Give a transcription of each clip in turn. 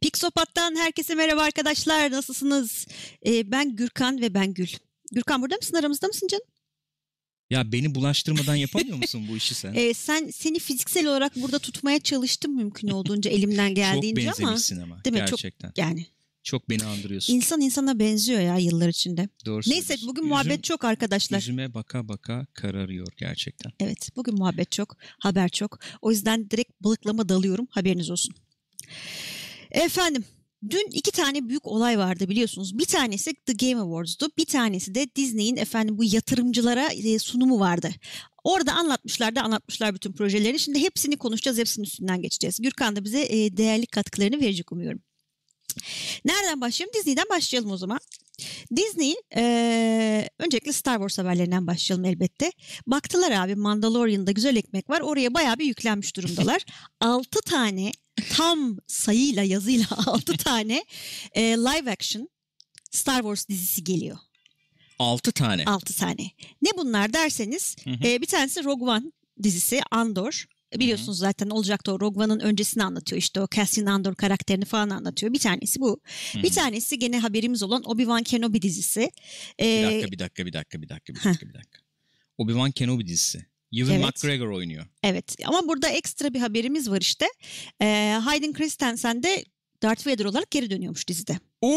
Pixopat'tan herkese merhaba arkadaşlar. Nasılsınız? Ben Gürkan ve ben Gül. Gürkan burada mısın? Aramızda mısın canım? Ya beni bulaştırmadan yapamıyor musun bu işi sen? Seni fiziksel olarak burada tutmaya çalıştım mümkün olduğunca elimden geldiğince çok ama. benzemişsin ama Değil mi? gerçekten. Çok beni andırıyorsun. İnsan insana benziyor ya yıllar içinde. Doğru Neyse söylüyorsun. bugün muhabbet çok arkadaşlar. Yüzüme baka baka kararıyor gerçekten. Evet, bugün muhabbet çok, haber çok. O yüzden direkt balıklama dalıyorum, haberiniz olsun. Efendim, dün 2 tane büyük olay vardı biliyorsunuz. Bir tanesi The Game Awards'du. Bir tanesi de Disney'in bu yatırımcılara sunumu vardı. Orada anlatmışlar bütün projelerini. Şimdi hepsini konuşacağız, hepsinin üstünden geçeceğiz. Gürkan da bize değerli katkılarını verecek umuyorum. Nereden başlayalım? Disney'den başlayalım o zaman. Disney, öncelikle Star Wars haberlerinden başlayalım elbette. Baktılar abi, Mandalorian'da güzel ekmek var. Oraya bayağı bir yüklenmiş durumdalar. 6 tane tam sayıyla yazıyla 6 tane live action Star Wars dizisi geliyor. 6 tane? 6 tane. Ne bunlar derseniz bir tanesi Rogue One dizisi, Andor. Biliyorsunuz zaten olacaktı, o Rogue One'ın öncesini anlatıyor, işte o Cassian Andor karakterini falan anlatıyor. Bir tanesi bu. Bir tanesi gene haberimiz olan Obi-Wan Kenobi dizisi. Bir dakika. Obi-Wan Kenobi dizisi. Ewan McGregor oynuyor. Evet ama burada ekstra bir haberimiz var işte. Hayden Christensen de Darth Vader olarak geri dönüyormuş dizide.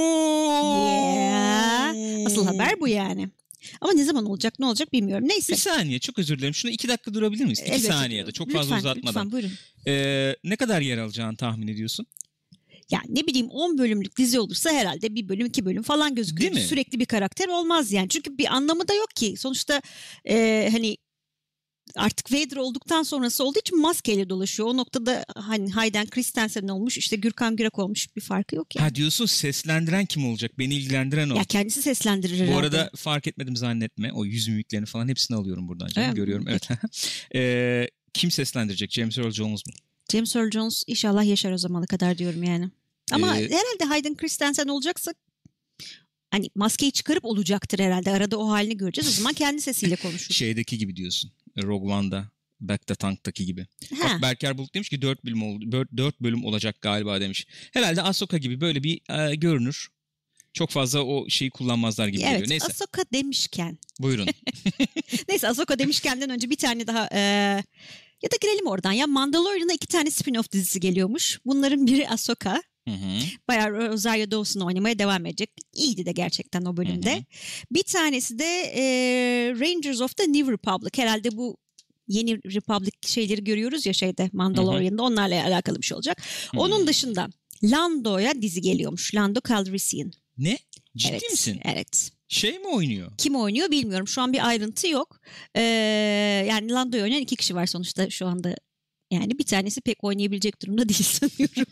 Asıl haber bu yani. Ama ne zaman olacak, ne olacak bilmiyorum. Neyse. Bir saniye, çok özür dilerim. Şuna 2 dakika durabilir miyiz? 2 saniyede. Çok fazla uzatmadan. Lütfen buyurun. Ne kadar yer alacağını tahmin ediyorsun? Ya ne bileyim, 10 bölümlük dizi olursa herhalde 1 bölüm 2 bölüm falan gözüküyor. Sürekli bir karakter olmaz yani. Çünkü bir anlamı da yok ki. Sonuçta hani artık Vader olduktan sonrası olduğu için maskeyle dolaşıyor. O noktada hani Hayden Christensen olmuş, işte Gürkan Gürek olmuş, bir farkı yok yani. Ha diyorsun, seslendiren kim olacak? Beni ilgilendiren o. Ya kendisi seslendirir herhalde. Bu arada fark etmedim zannetme. O yüz mimiklerini falan hepsini alıyorum buradan canım. Görüyorum. Evet. Kim seslendirecek? James Earl Jones mu? James Earl Jones inşallah yaşar o zamana kadar diyorum yani. Ama herhalde Hayden Christensen olacaksa hani maskeyi çıkarıp olacaktır herhalde. Arada o halini göreceğiz. O zaman kendi sesiyle konuşur. Şeydeki gibi diyorsun. Rogue One'da, Back the Tank'taki gibi. Bak, Berker Bulut demiş ki 4 bölüm olacak galiba demiş. Herhalde Ahsoka gibi böyle bir görünür. Çok fazla o şeyi kullanmazlar gibi geliyor. Neyse. Ahsoka demişken. Buyurun. Neyse, Ahsoka demişkenden önce bir tane daha ya da girelim oradan ya. Mandalorian'a 2 tane spin-off dizisi geliyormuş. Bunların biri Ahsoka. Bayağı Rosario Dawson oynamaya devam edecek. İyiydi de gerçekten o bölümde. Bir tanesi de Rangers of the New Republic. Herhalde bu yeni Republic şeyleri görüyoruz ya Mandalorian'da. Onlarla alakalı bir şey olacak. Onun dışında Lando'ya dizi geliyormuş. Lando Calrissian. Ne? Ciddi misin? Evet. Şey mi oynuyor? Kim oynuyor bilmiyorum. Şu an bir ayrıntı yok. Yani Lando'yu oynayan 2 kişi var sonuçta şu anda. Yani bir tanesi pek oynayabilecek durumda değil sanıyorum.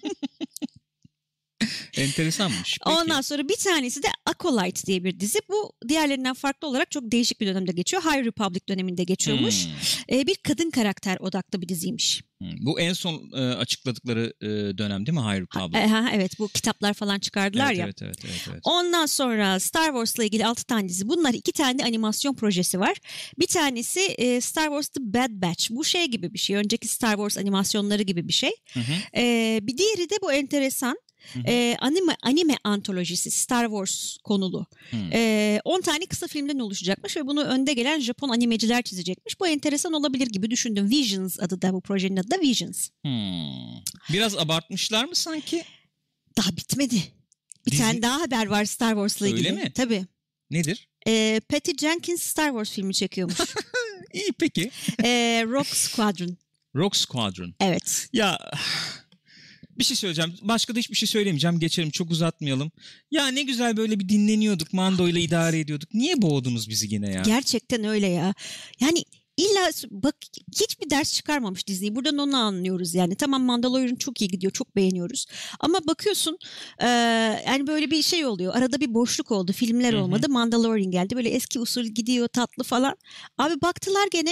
Enteresanmış. Peki. Ondan sonra bir tanesi de Acolyte diye bir dizi. Bu diğerlerinden farklı olarak çok değişik bir dönemde geçiyor. High Republic döneminde geçiyormuş. Bir kadın karakter odaklı bir diziymiş. Bu en son açıkladıkları dönem değil mi, High Republic? Evet, bu kitaplar falan çıkardılar ya. Evet. Ondan sonra Star Wars'la ilgili 6 tane dizi. Bunlar 2 tane animasyon projesi var. Bir tanesi Star Wars The Bad Batch. Bu şey gibi bir şey. Önceki Star Wars animasyonları gibi bir şey. Bir diğeri de bu enteresan. Anime antolojisi, Star Wars konulu. 10 tane kısa filmden oluşacakmış ve bunu önde gelen Japon animeciler çizecekmiş. Bu enteresan olabilir gibi düşündüm. Visions adı da, bu projenin adı da Visions. Biraz abartmışlar mı sanki? Daha bitmedi. Bir tane daha haber var Star Wars'la ilgili. Öyle mi? Tabii. Nedir? Patty Jenkins Star Wars filmi çekiyormuş. İyi, peki. Rogue Squadron. Rogue Squadron. Evet. Ya... Bir şey söyleyeceğim. Başka da hiçbir şey söylemeyeceğim. Geçelim, çok uzatmayalım. Ya ne güzel böyle bir dinleniyorduk. Mando ile idare ediyorduk. Niye boğdunuz bizi yine ya? Gerçekten öyle ya. Yani illa bak, hiçbir ders çıkarmamış Disney. Buradan onu anlıyoruz yani. Tamam, Mandalorian çok iyi gidiyor. Çok beğeniyoruz. Ama bakıyorsun yani böyle bir şey oluyor. Arada bir boşluk oldu. Filmler olmadı. Mandalorian geldi. Böyle eski usul gidiyor, tatlı falan. Abi baktılar gene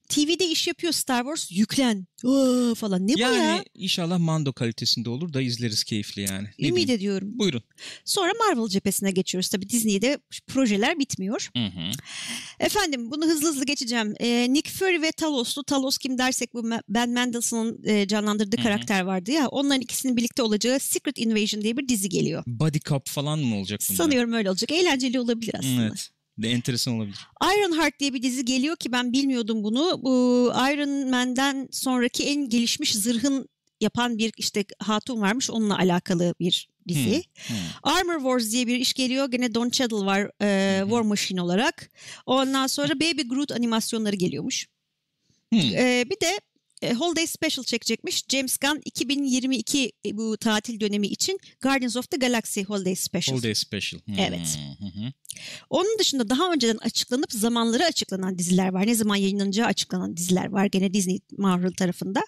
TV'de iş yapıyor Star Wars, yüklen falan. Ne bu ya? Yani inşallah Mando kalitesinde olur da izleriz keyifli yani. Ümit ediyorum. Buyurun. Sonra Marvel cephesine geçiyoruz. Tabii Disney'de projeler bitmiyor. Hı. Efendim bunu hızlı geçeceğim. Nick Fury ve Talos'lu. Talos kim dersek bu Ben Mendelsohn'un canlandırdığı karakter vardı ya. Onların ikisinin birlikte olacağı Secret Invasion diye bir dizi geliyor. Body Cop falan mı olacak bunlar? Sanıyorum öyle olacak. Eğlenceli olabilir aslında. Evet. De enteresan olabilir. Ironheart diye bir dizi geliyor ki ben bilmiyordum bunu. Bu Iron Man'den sonraki en gelişmiş zırhın yapan bir işte hatun varmış. Onunla alakalı bir dizi. Armor Wars diye bir iş geliyor. Gene Don Cheadle var War Machine olarak. Ondan sonra Baby Groot animasyonları geliyormuş. Bir de Holiday Special çekecekmiş. James Gunn 2022 bu tatil dönemi için Guardians of the Galaxy Holiday Special. Holiday Special. Evet. Onun dışında daha önceden açıklanıp zamanları açıklanan diziler var. Ne zaman yayınlanacağı açıklanan diziler var. Gene Disney Marvel tarafında.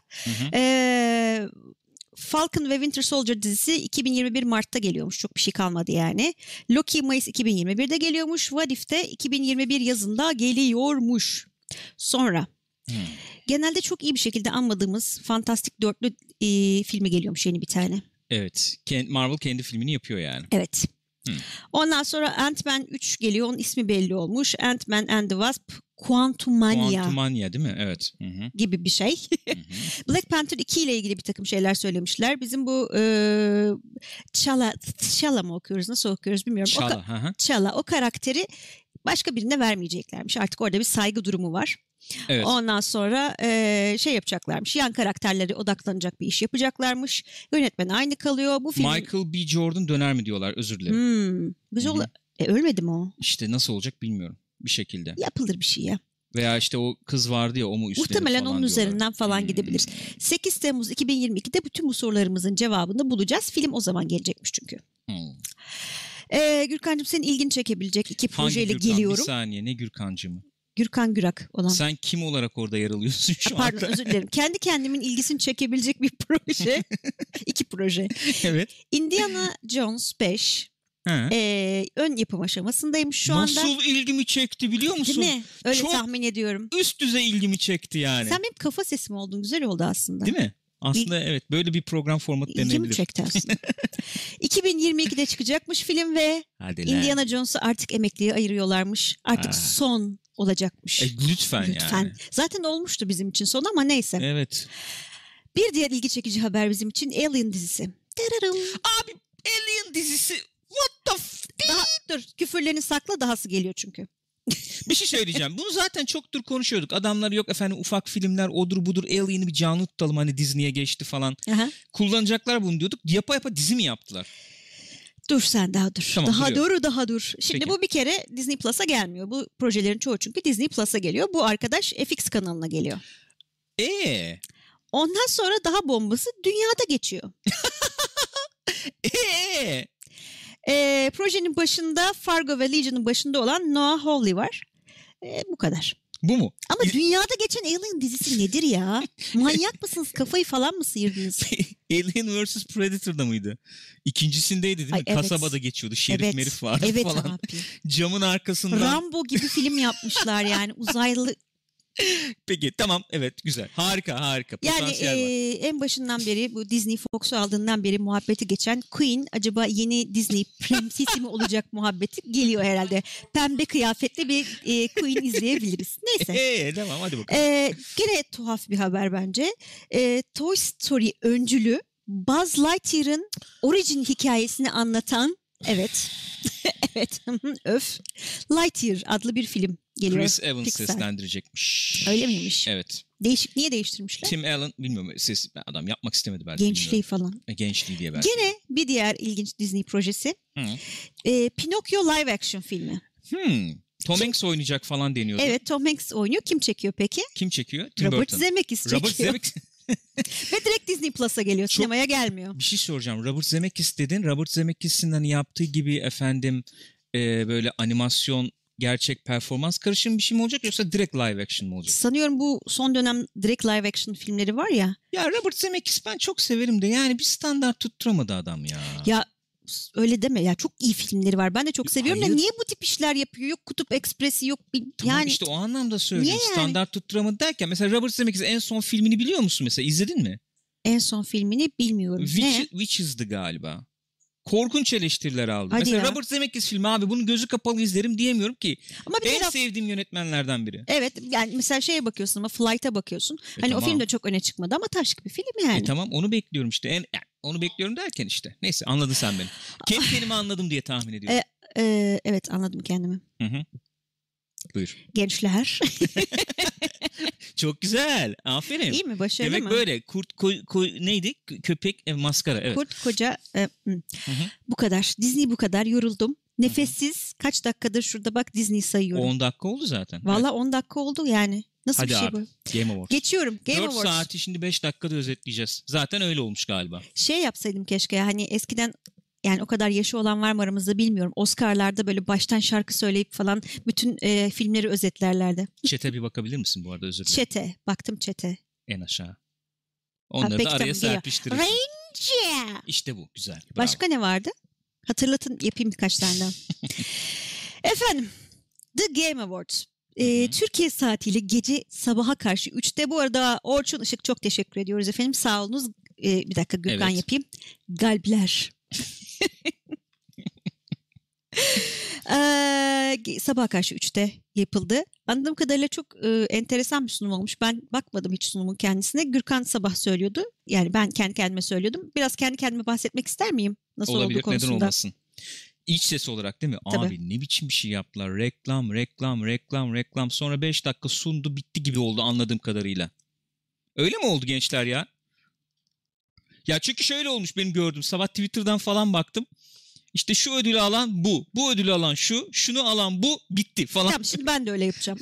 Falcon ve Winter Soldier dizisi 2021 Mart'ta geliyormuş. Çok bir şey kalmadı yani. Loki Mayıs 2021'de geliyormuş. What If de 2021 yazında geliyormuş. Sonra genelde çok iyi bir şekilde anmadığımız Fantastik Dörtlü filmi geliyormuş yeni bir tane. Evet. Marvel kendi filmini yapıyor yani. Evet. Ondan sonra Ant-Man 3 geliyor. Onun ismi belli olmuş. Ant-Man and the Wasp Quantumania. Quantumania değil mi? Evet. Gibi bir şey. Black Panther 2 ile ilgili bir takım şeyler söylemişler. Bizim bu T'Challa mı okuyoruz? Nasıl okuyoruz bilmiyorum. T'Challa. O karakteri başka birine vermeyeceklermiş. Artık orada bir saygı durumu var. Evet. Ondan sonra şey yapacaklarmış. Yan karakterlere odaklanacak bir iş yapacaklarmış. Yönetmen aynı kalıyor. Bu film... Michael B. Jordan döner mi diyorlar? Özür dilerim. Güzel. Ölmedi mi o? İşte nasıl olacak bilmiyorum. Bir şekilde. Yapılır bir şey ya. Veya işte o kız vardı ya o mu üstlenir muhtemelen falan onun diyorlar. üzerinden falan gidebilir. 8 Temmuz 2022'de bütün bu sorularımızın cevabını bulacağız. Film o zaman gelecekmiş çünkü. Gürkan'cığım senin ilgini çekebilecek iki projeyle geliyorum. Bir saniye ne Gürkan'cığım? Gürkan Gürak olan. Sen kim olarak orada yer alıyorsun şu anda? Pardon özür dilerim. Kendi kendimin ilgisini çekebilecek bir proje. İki proje. Evet. Indiana Jones 5. Ön yapım aşamasındaymış şu anda. Nasıl ilgimi çekti biliyor musun? Değil mi? Öyle çok tahmin ediyorum. Üst düzey ilgimi çekti yani. Sen benim kafa sesim oldun. Güzel oldu aslında. Değil mi? Aslında evet böyle bir program formatı denebilir. İlgimi çekti aslında. 2022'de çıkacakmış film ve Indiana Jones'u artık emekliye ayırıyorlarmış. Artık son olacakmış. Lütfen yani. Zaten olmuştu bizim için son ama neyse. Evet. Bir diğer ilgi çekici haber bizim için Alien dizisi. Abi Alien dizisi what the dur küfürlerini sakla dahası geliyor çünkü. Bir şey söyleyeceğim. Bunu zaten çoktur konuşuyorduk. Adamlar yok efendim ufak filmler odur budur Alien'i bir canlı tutalım hani Disney'e geçti falan. Kullanacaklar bunu diyorduk. Yapa yapa dizi mi yaptılar? Dur sen daha dur. Tamam, daha dur. Şimdi peki. Bu bir kere Disney Plus'a gelmiyor. Bu projelerin çoğu çünkü Disney Plus'a geliyor. Bu arkadaş FX kanalına geliyor. Ondan sonra daha bombası dünyada geçiyor. Projenin başında Fargo ve Legion'ın başında olan Noah Hawley var. Bu kadar. Bu mu? Ama dünyada geçen Alien dizisi nedir ya? Manyak mısınız? Kafayı falan mı sıyırdınız? Alien vs Predator'da mıydı? İkincisindeydi değil mi? Evet. Kasabada geçiyordu. Şerif merif vardı falan. Abi. Camın arkasından. Rambo gibi film yapmışlar yani. Uzaylı. Peki tamam evet güzel harika potansiyel yani en başından beri bu Disney Fox'u aldığından beri muhabbeti geçen Queen acaba yeni Disney prensesi mi olacak muhabbeti geliyor herhalde. Pembe kıyafetli bir Queen izleyebiliriz. Neyse. Tamam hadi bakalım. Gene tuhaf bir haber bence. Toy Story öncülü Buzz Lightyear'ın origin hikayesini anlatan evet Lightyear adlı bir film geliyor. Chris Evans seslendirecekmiş. Öyle miymiş? Evet. Niye değiştirmişler? Tim Allen bilmiyorum adam yapmak istemedi belki. Gençliği falan. Gençliği diye belki. Gene bir diğer ilginç Disney projesi. Pinokyo live action filmi. Tom Hanks oynayacak falan deniyordu. Evet Tom Hanks oynuyor. Kim çekiyor peki? Kim çekiyor? Robert Zemeckis çekiyor. Ve direkt Disney Plus'a geliyor. Sinemaya gelmiyor. Bir şey soracağım. Robert Zemeckis dedin. Robert Zemeckis'in hani yaptığı gibi efendim böyle animasyon gerçek performans karışım bir şey mi olacak yoksa direkt live action mı olacak? Sanıyorum bu son dönem direkt live action filmleri var ya. Ya Robert Zemeckis ben çok severim de yani bir standart tutturamadı adam ya. Ya öyle deme ya, çok iyi filmleri var. Ben de çok seviyorum da Hayır. niye bu tip işler yapıyor? Yok Kutup Ekspresi, yok Tamam, yani işte o anlamda söylüyorum. Niye yani? Standart tutturamadı derken mesela Robert Zemeckis en son filmini biliyor musun mesela? İzledin mi? en son filmini bilmiyorum. Ne? Witches'dı galiba. Korkunç eleştiriler aldı. Hadi Mesela ya. Robert Zemeckis filmi abi, bunu gözü kapalı izlerim diyemiyorum ki. Ama bir En sevdiğim yönetmenlerden biri. evet yani mesela şeye bakıyorsun ama Flight'a bakıyorsun. Hani tamam. o film de çok öne çıkmadı ama taşlık bir film yani. Tamam, onu bekliyorum işte. Yani onu bekliyorum derken işte. Neyse, anladın sen beni. Kendi kendimi anladım diye tahmin ediyorum. Evet, anladım kendimi. Hı. Buyur. Gençler. Çok güzel. Aferin. İyi mi? Başarılı Demek mı? böyle kurt neydi? Köpek maskara. Evet. Kurt koca Hı. bu kadar. Disney bu kadar. Yoruldum. Nefessiz kaç dakikadır şurada bak Disney sayıyorum. 10 dakika oldu zaten. Valla Evet. 10 dakika oldu yani. Nasıl Hadi bir şey abi. bu? Game Awards. Geçiyorum. Game 4 Awards. saati şimdi 5 dakikada özetleyeceğiz. Zaten öyle olmuş galiba. Şey yapsaydım keşke, hani eskiden, yani o kadar yaşı olan var mı aramızda bilmiyorum. Oscar'larda böyle baştan şarkı söyleyip falan bütün filmleri özetlerlerdi. Chat'e bir bakabilir misin bu arada, özür dilerim. Chat'e. Baktım chat'e. En aşağı. Onları peki, da araya tamam, geliyor. serpiştirirsin. Ranger. İşte bu, güzel. Bravo. Başka ne vardı? Hatırlatın, yapayım birkaç tane daha. Efendim, The Game Awards. Türkiye saatiyle gece sabaha karşı 3'te. Bu arada Orçun Işık, çok teşekkür ediyoruz efendim. Sağ olunuz. Bir dakika Gürkan yapayım. Galpler. Sabaha karşı 3'te yapıldı. Anladığım kadarıyla çok enteresan bir sunum olmuş. Ben bakmadım hiç sunumun kendisine. Gürkan sabah söylüyordu. Yani ben kendi kendime söylüyordum. Biraz kendi kendime bahsetmek ister miyim? Nasıl olabilir, olduğu konusunda? neden olmasın? İç ses olarak değil mi? Tabii. Abi ne biçim bir şey yaptılar. Reklam. Sonra 5 dakika sundu, bitti gibi oldu anladığım kadarıyla. Öyle mi oldu gençler ya? Ya çünkü şöyle olmuş, benim gördüm. Sabah Twitter'dan falan baktım. İşte şu ödülü alan bu. Bu ödülü alan şu. Şunu alan bu. Bitti falan. Tamam, şimdi ben de öyle yapacağım.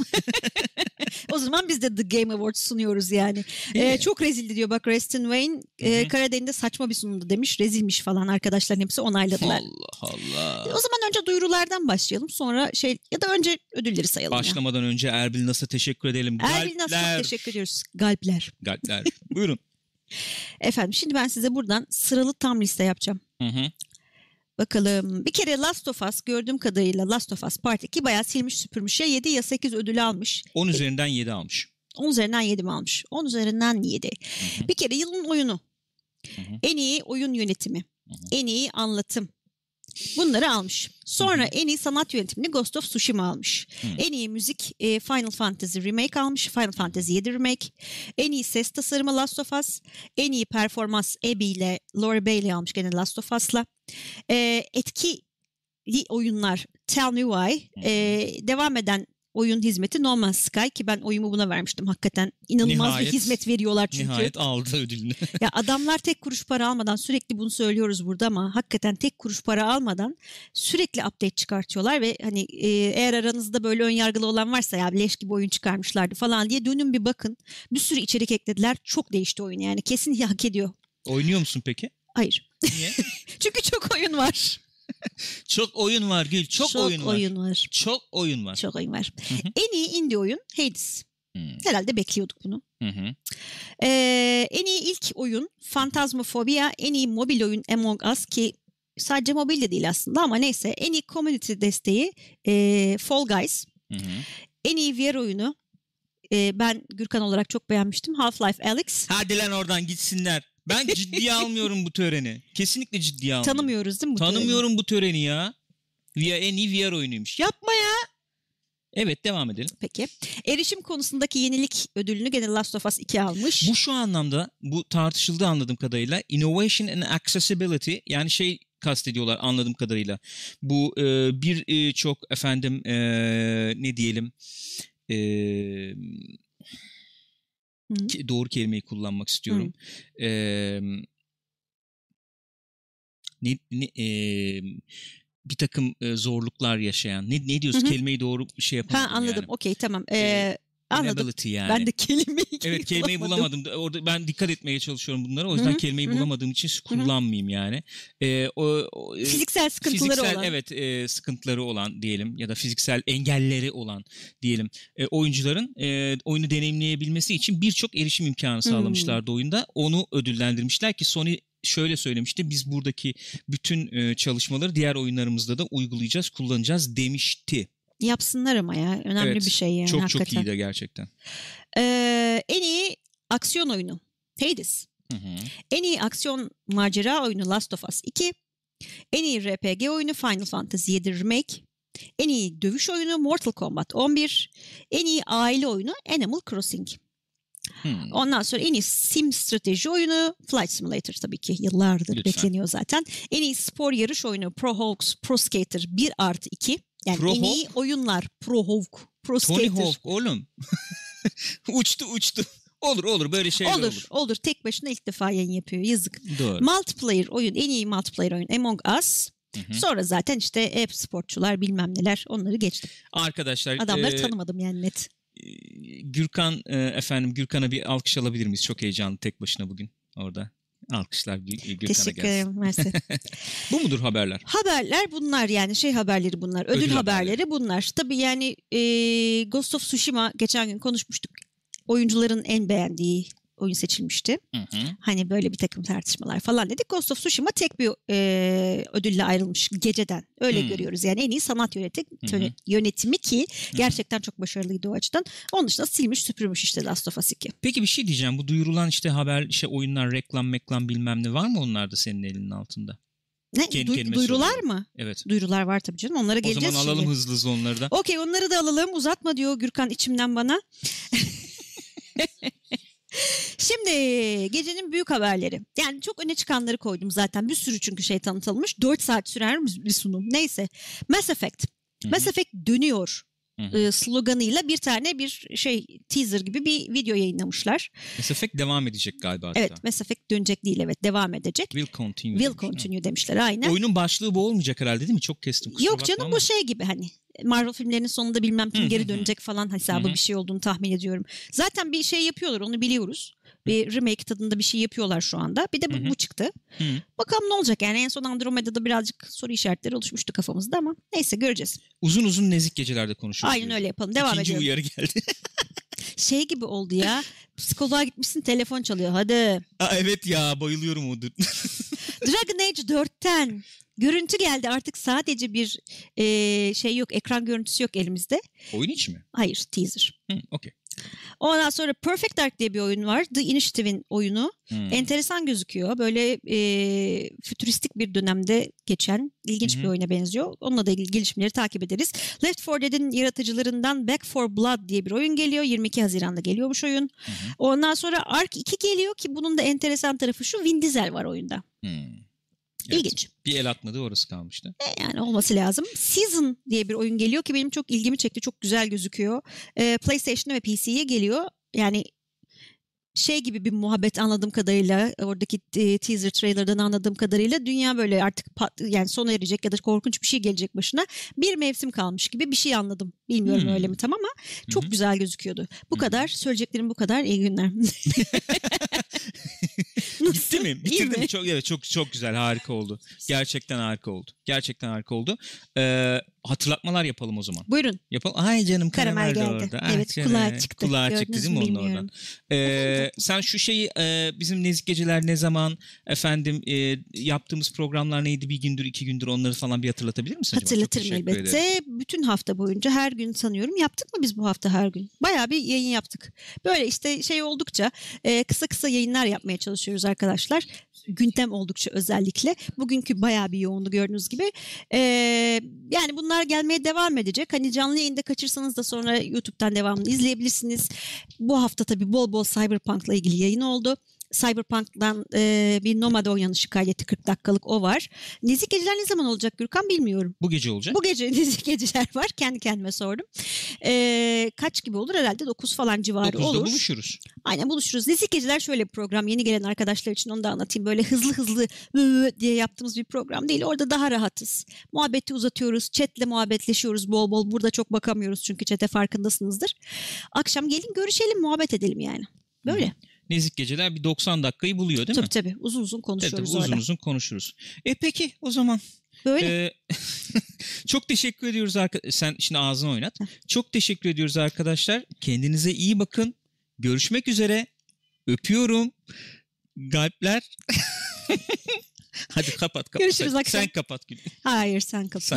O zaman biz de The Game Awards sunuyoruz yani. Çok rezildi diyor bak Reston Wayne. Karadeniz'de saçma bir sunumdu demiş. Rezilmiş falan, arkadaşların hepsi onayladılar. Allah. O zaman önce duyurulardan başlayalım. Sonra ya da önce ödülleri sayalım. Başlamadan önce Erbil Nas'a teşekkür edelim. Erbil Nas'a çok teşekkür ediyoruz. Galpler. Buyurun. Efendim, şimdi ben size buradan sıralı tam liste yapacağım. Hı. Bakalım. Bir kere Last of Us, gördüğüm kadarıyla Last of Us Part 2 bayağı silmiş süpürmüş. Ya 7 ya 8 ödül almış. 10 üzerinden 7 almış. 10 üzerinden 7 mi almış? 10 üzerinden 7. Bir kere yılın oyunu. En iyi oyun yönetimi. En iyi anlatım. Bunları almış. Sonra en iyi sanat yönetimini Ghost of Tsushima almış. En iyi müzik Final Fantasy Remake almış. Final Fantasy 7 Remake. En iyi ses tasarımı Last of Us. En iyi performans Abby ile Laura Bailey almış gene Last of Us'la. Etkili oyunlar Tell Me Why. Devam eden oyun hizmeti No Man's Sky, ki ben oyumu buna vermiştim. Hakikaten inanılmaz bir hizmet veriyorlar çünkü. Nihayet aldı ödülünü. Ya adamlar tek kuruş para almadan, sürekli bunu söylüyoruz burada ama hakikaten tek kuruş para almadan sürekli update çıkartıyorlar ve hani eğer aranızda böyle önyargılı olan varsa ya leş gibi oyun çıkarmışlardı falan diye dönün bir bakın. Bir sürü içerik eklediler. Çok değişti oyun yani. Kesin hak ediyor. Oynuyor musun peki? Hayır. Niye? Çünkü çok oyun var. Çok oyun var Gül. Çok oyun var. Çok oyun var. Çok oyun var. En iyi indie oyun Hades. Herhalde bekliyorduk bunu. En iyi ilk oyun Phantasmaphobia. En iyi mobil oyun Among Us, ki sadece mobil de değil aslında ama neyse. En iyi community desteği Fall Guys. En iyi VR oyunu ben Gürkan olarak çok beğenmiştim. Half-Life Alyx. Hadi lan oradan gitsinler. Ben ciddiye almıyorum bu töreni. Kesinlikle ciddiye almıyorum. Tanımıyoruz değil mi bu töreni? Tanımıyorum bu töreni ya. En iyi VR oyunuymuş. Yapma ya. Evet, devam edelim. Peki. Erişim konusundaki yenilik ödülünü gene Last of Us 2 almış. Bu şu anlamda, bu tartışıldı anladığım kadarıyla. Innovation and Accessibility, yani şey kastediyorlar anladığım kadarıyla. Bu çok efendim ne diyelim doğru kelimeyi kullanmak istiyorum. Bir takım zorluklar yaşayan. Ne diyorsun? Kelimeyi doğru şey yapamadım. Anladım. Yani. Okey, tamam. Anladım. Yani. Ben de kelimeyi bulamadım. Orada ben dikkat etmeye çalışıyorum bunlara. O yüzden kelimeyi bulamadığım için kullanmayayım yani. Fiziksel sıkıntıları olan. Evet, sıkıntıları olan diyelim ya da fiziksel engelleri olan diyelim oyuncuların oyunu deneyimleyebilmesi için birçok erişim imkanı sağlamışlardı oyunda. Onu ödüllendirmişler ki Sony şöyle söylemişti. Biz buradaki bütün çalışmaları diğer oyunlarımızda da uygulayacağız, kullanacağız demişti. Yapsınlar ama ya. Önemli bir şey yani çok hakikaten. Çok iyi de gerçekten. En iyi aksiyon oyunu Hades. Hı hı. En iyi aksiyon macera oyunu Last of Us 2. En iyi RPG oyunu Final Fantasy 7 Remake. En iyi dövüş oyunu Mortal Kombat 11. En iyi aile oyunu Animal Crossing. Ondan sonra en iyi sim strateji oyunu Flight Simulator tabii ki. Yıllardır bekleniyor zaten. En iyi spor yarış oyunu Pro Hawks Pro Skater 1+2. Yani Pro en iyi oyunlar Pro Hawk Pro Skater. Tony Hawk oğlum. uçtu. Olur böyle şeyler olur. Olur. Tek başına ilk defa yayın yapıyor. Yazık. Doğru. Multiplayer oyun. En iyi multiplayer oyun Among Us. Hı-hı. Sonra zaten işte e-sportçular bilmem neler onları geçtim. Arkadaşlar. Adamları tanımadım yani net. Gürkan'a bir alkış alabilir miyiz? Çok heyecanlı tek başına bugün orada. Alkışlar Gürkan'a gelsin. Teşekkür ederim. Mersi. Bu mudur haberler? Haberler bunlar yani haberleri bunlar. Ödül haberleri bunlar. Tabii yani Ghost of Tsushima geçen gün konuşmuştuk. Oyuncuların en beğendiği oyun seçilmişti. Hı. Hani böyle bir takım tartışmalar falan dedik. Ghost of Tsushima tek bir ödülle ayrılmış geceden. Öyle görüyoruz. Yani en iyi sanat yönetimi ki gerçekten çok başarılıydı o açıdan. Onun dışında silmiş süpürmüş işte Last of Us 2. Peki bir şey diyeceğim. Bu duyurulan haber oyunlar reklam bilmem ne var mı onlarda senin elinin altında? Ne? Duyurular mı? Evet. Duyurular var tabii canım. Onlara geleceğiz şimdi. O zaman alalım hızlı onları da. Okey, onları da alalım. Uzatma diyor Gürkan içimden bana. Şimdi gecenin büyük haberleri. Yani çok öne çıkanları koydum zaten. Bir sürü çünkü tanıtılmış. 4 saat sürer bir sunum. Neyse. Mass Effect. Hı-hı. Mass Effect dönüyor. Sloganıyla bir tane teaser gibi bir video yayınlamışlar. Mass Effect devam edecek galiba hatta. Evet, Mass Effect dönecek değil, evet, devam edecek. Will continue demişler aynen. Oyunun başlığı bu olmayacak herhalde değil mi? Çok kestim. Yok canım ama. Bu gibi hani Marvel filmlerinin sonunda bilmem kim geri dönecek falan hesabı bir şey olduğunu tahmin ediyorum. Zaten bir yapıyorlar, onu biliyoruz. Bir remake tadında bir şey yapıyorlar şu anda. Bir de bu çıktı. Bakalım ne olacak yani. En son Andromeda'da birazcık soru işaretleri oluşmuştu kafamızda ama neyse, göreceğiz. Uzun nezik gecelerde konuşuyoruz. Aynen öyle yapalım. Devam ediyorum. İkinci uyarı geldi. Gibi oldu ya. Psikoloğa gitmişsin, telefon çalıyor. Hadi. Evet ya, bayılıyorum o. Dragon Age 4'ten görüntü geldi. Artık sadece bir yok. Ekran görüntüsü yok elimizde. Oyun içi mi? Hayır, teaser. Okey. Ondan sonra Perfect Dark diye bir oyun var. The Initiative'in oyunu. Enteresan gözüküyor. Böyle fütüristik bir dönemde geçen ilginç bir oyuna benziyor. Onunla da ilgili gelişmeleri takip ederiz. Left 4 Dead'in yaratıcılarından Back 4 Blood diye bir oyun geliyor. 22 Haziran'da geliyormuş oyun. Ondan sonra Ark 2 geliyor ki bunun da enteresan tarafı şu: Vin Diesel var oyunda. Evet, İlginç. Bir el atmadı, orası kalmıştı. Yani olması lazım. Season diye bir oyun geliyor ki benim çok ilgimi çekti. Çok güzel gözüküyor. PlayStation'a ve PC'ye geliyor. Yani gibi bir muhabbet anladığım kadarıyla, oradaki teaser trailer'dan anladığım kadarıyla, dünya böyle artık yani sona erecek ya da korkunç bir şey gelecek başına. Bir mevsim kalmış gibi bir şey anladım. Bilmiyorum öyle mi tam ama çok güzel gözüküyordu. Bu kadar. Söyleyeceklerim bu kadar. İyi günler. Bitti mi? Bitirdim. Çok güzel. Harika oldu. Gerçekten harika oldu. Hatırlatmalar yapalım o zaman. Buyurun. Yapalım. Ay canım, karamel geldi. orada. Evet, kulağa çıktı. Kulağa çıktı değil mi onun oradan? Sen şu bizim Nezik Geceler ne zaman yaptığımız programlar neydi, bir gündür 2 gündür, onları falan bir hatırlatabilir misin? Hatırlatırım elbette. Bütün hafta boyunca her gün sanıyorum yaptık mı biz bu hafta her gün? Bayağı bir yayın yaptık. Böyle oldukça kısa yayınlar yapmaya çalışıyoruz arkadaşlar. Gündem oldukça özellikle. Bugünkü bayağı bir yoğundu gördüğünüz gibi. Yani bunlar gelmeye devam edecek. Hani canlı yayında kaçırsanız da sonra YouTube'dan devamını izleyebilirsiniz. Bu hafta tabii bol bol Cyberpunk'la ilgili yayın oldu. Cyberpunk'dan bir Nomad oynanışı kaydetti, 40 dakikalık o var. Nezik Geceler ne zaman olacak Gürkan bilmiyorum. Bu gece olacak. Bu gece Nezik Geceler var. Kendi kendime sordum. Kaç gibi olur? Herhalde 9 falan civarı 9'da olur. 9'da buluşuruz. Aynen, buluşuruz. Nezik Geceler şöyle bir program. Yeni gelen arkadaşlar için onu da anlatayım. Böyle hızlı diye yaptığımız bir program değil. Orada daha rahatız. Muhabbeti uzatıyoruz. Chat'le muhabbetleşiyoruz bol bol. Burada çok bakamıyoruz çünkü chat'e, farkındasınızdır. Akşam gelin görüşelim, muhabbet edelim yani. Böyle. Nezik Geceler bir 90 dakikayı buluyor değil mi? Tabii. Uzun konuşuyoruz orada. Uzun konuşuruz. Peki o zaman. Böyle. Çok teşekkür ediyoruz sen şimdi ağzını oynat. Çok teşekkür ediyoruz arkadaşlar. Kendinize iyi bakın. Görüşmek üzere. Öpüyorum. Galpler. Hadi kapat. Görüşürüz Sen akşam. kapat Gül. Hayır sen kapat.